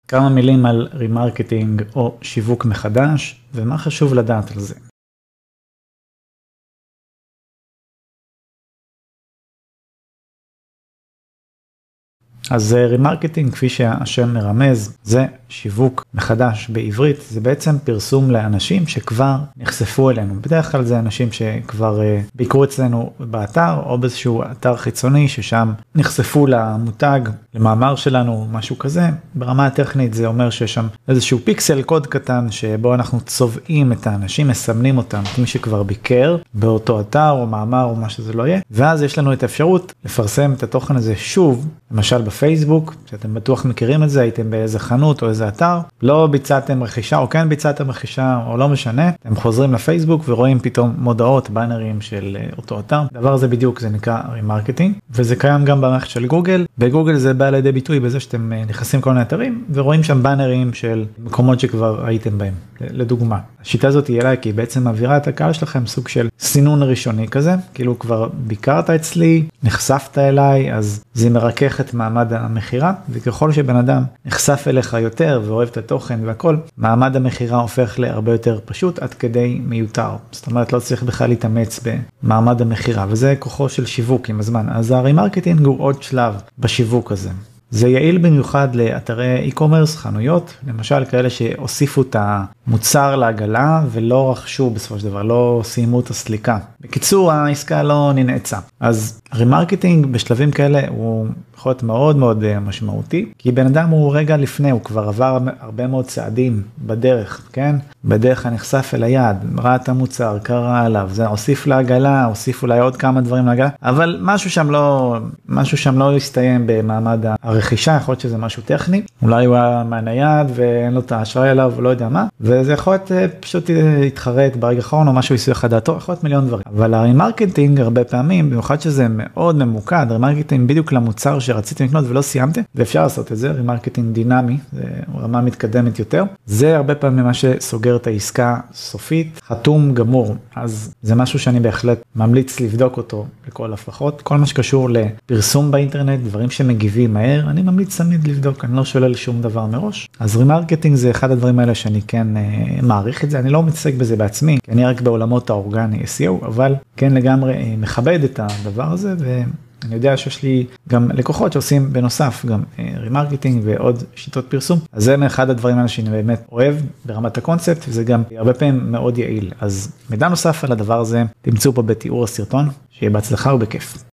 כמה מילים על רימרקטינג או שיווק מחדש, ומה חשוב לדעת על זה. אז רימרקטינג, כפי שהשם מרמז, זה שיווק מחדש בעברית, זה בעצם פרסום לאנשים שכבר נחשפו אלינו. בדרך כלל זה אנשים שכבר ביקרו אצלנו באתר, או באיזשהו אתר חיצוני, ששם נחשפו למותג, למאמר שלנו, משהו כזה. ברמה הטכנית זה אומר שיש שם איזשהו פיקסל, קוד קטן, שבו אנחנו צובעים את האנשים, מסמנים אותם, מי שכבר ביקר באותו אתר, או מאמר, או מה שזה לא יהיה. ואז יש לנו את האפשרות לפרסם את התוכן הזה שוב, למשל בפייסבוק, שאתם בטוח מכירים את זה, הייתם באיזה חנות או איזה אתר, לא ביצעתם רכישה או כן ביצעתם רכישה או לא משנה, אתם חוזרים לפייסבוק ורואים פתאום מודעות, באנרים של אותו אתר. דבר הזה בדיוק זה נקרא רימרקטינג, וזה קיים גם במערכת של גוגל. בגוגל זה בא לידי ביטוי בזה שאתם נכנסים כל מיני אתרים ורואים שם באנרים של מקומות שכבר הייתם בהם. לדוגמה, השיטה הזאת היא אליי כי היא בעצם מעבירה את הקהל שלכם סוג של סינון ראשוני כזה, כאילו כבר ביקרת אצלי, נחשפת אליי, אז זה מרכך את מעמד המחירה, וככל שבן אדם נחשף אליך יותר ואוהב את התוכן והכל, מעמד המחירה הופך להרבה יותר פשוט עד כדי מיותר. זאת אומרת, לא צריך בכלל להתאמץ במעמד המחירה, וזה כוחו של שיווק עם הזמן. אז הרימרקטינג הוא עוד שלב בשיווק הזה. זה יעיל במיוחד לאתרי e-commerce, חנויות, למשל כאלה שהוסיפו את המוצר לעגלה ולא רכשו בסופו של דבר, לא סיימו את הסליקה. בקיצור, העסקה לא ננעצה. אז רימרקטינג בשלבים כאלה הוא יכול להיות מאוד מאוד משמעותי, כי בן אדם הוא רגע לפני, הוא כבר עבר הרבה מאוד צעדים בדרך, כן? בדרך הנחשף אל היד, ראה את המוצר, קרא עליו, זה הוסיף לעגלה, הוסיף אולי עוד כמה דברים לעגלה, אבל משהו שם לא הסתיים במעמד הרכישה, יכול להיות שזה משהו טכני, אולי הוא היה מהנייד ואין לו את האשראי עליו, הוא לא יודע מה, וזה יכול להיות פשוט להתחרט ברגע האחרון או משהו יסויח דעתו, יכול להיות מיליון דברים. אבל הרימרקטינג הרבה פעמים, במיוחד שזה מאוד ממוקד, רימרקטינג בדיוק למוצר שרציתם לקנות ולא סיימתם, ואפשר לעשות את זה, רימרקטינג דינמי, זה רמה מתקדמת יותר. זה הרבה פעמים מה שסוגר את העסקה סופית, חתום גמור. אז זה משהו שאני בהחלט ממליץ לבדוק אותו לכל הפחות. כל מה שקשור לפרסום באינטרנט, דברים שמגיבים מהר, אני ממליץ תמיד לבדוק, אני לא שולל שום דבר מראש. אז רימרקטינג זה אחד הדברים האלה שאני כן מעריך את זה, אני לא מתעסק בזה בעצמי, כי אני רק בעולמות האורגני SEO, אבל כן לגמרי מכבד את הדבר הזה, אני יודע שיש לי גם לקוחות שעושים בנוסף גם רימרקטינג ועוד שיטות פרסום. אז זה מאחד הדברים האלה שאני באמת אוהב ברמת הקונספט, וזה גם הרבה פעמים מאוד יעיל. אז מידע נוסף על הדבר הזה תמצאו פה בתיאור הסרטון, שיהיה בהצלחה ובכיף.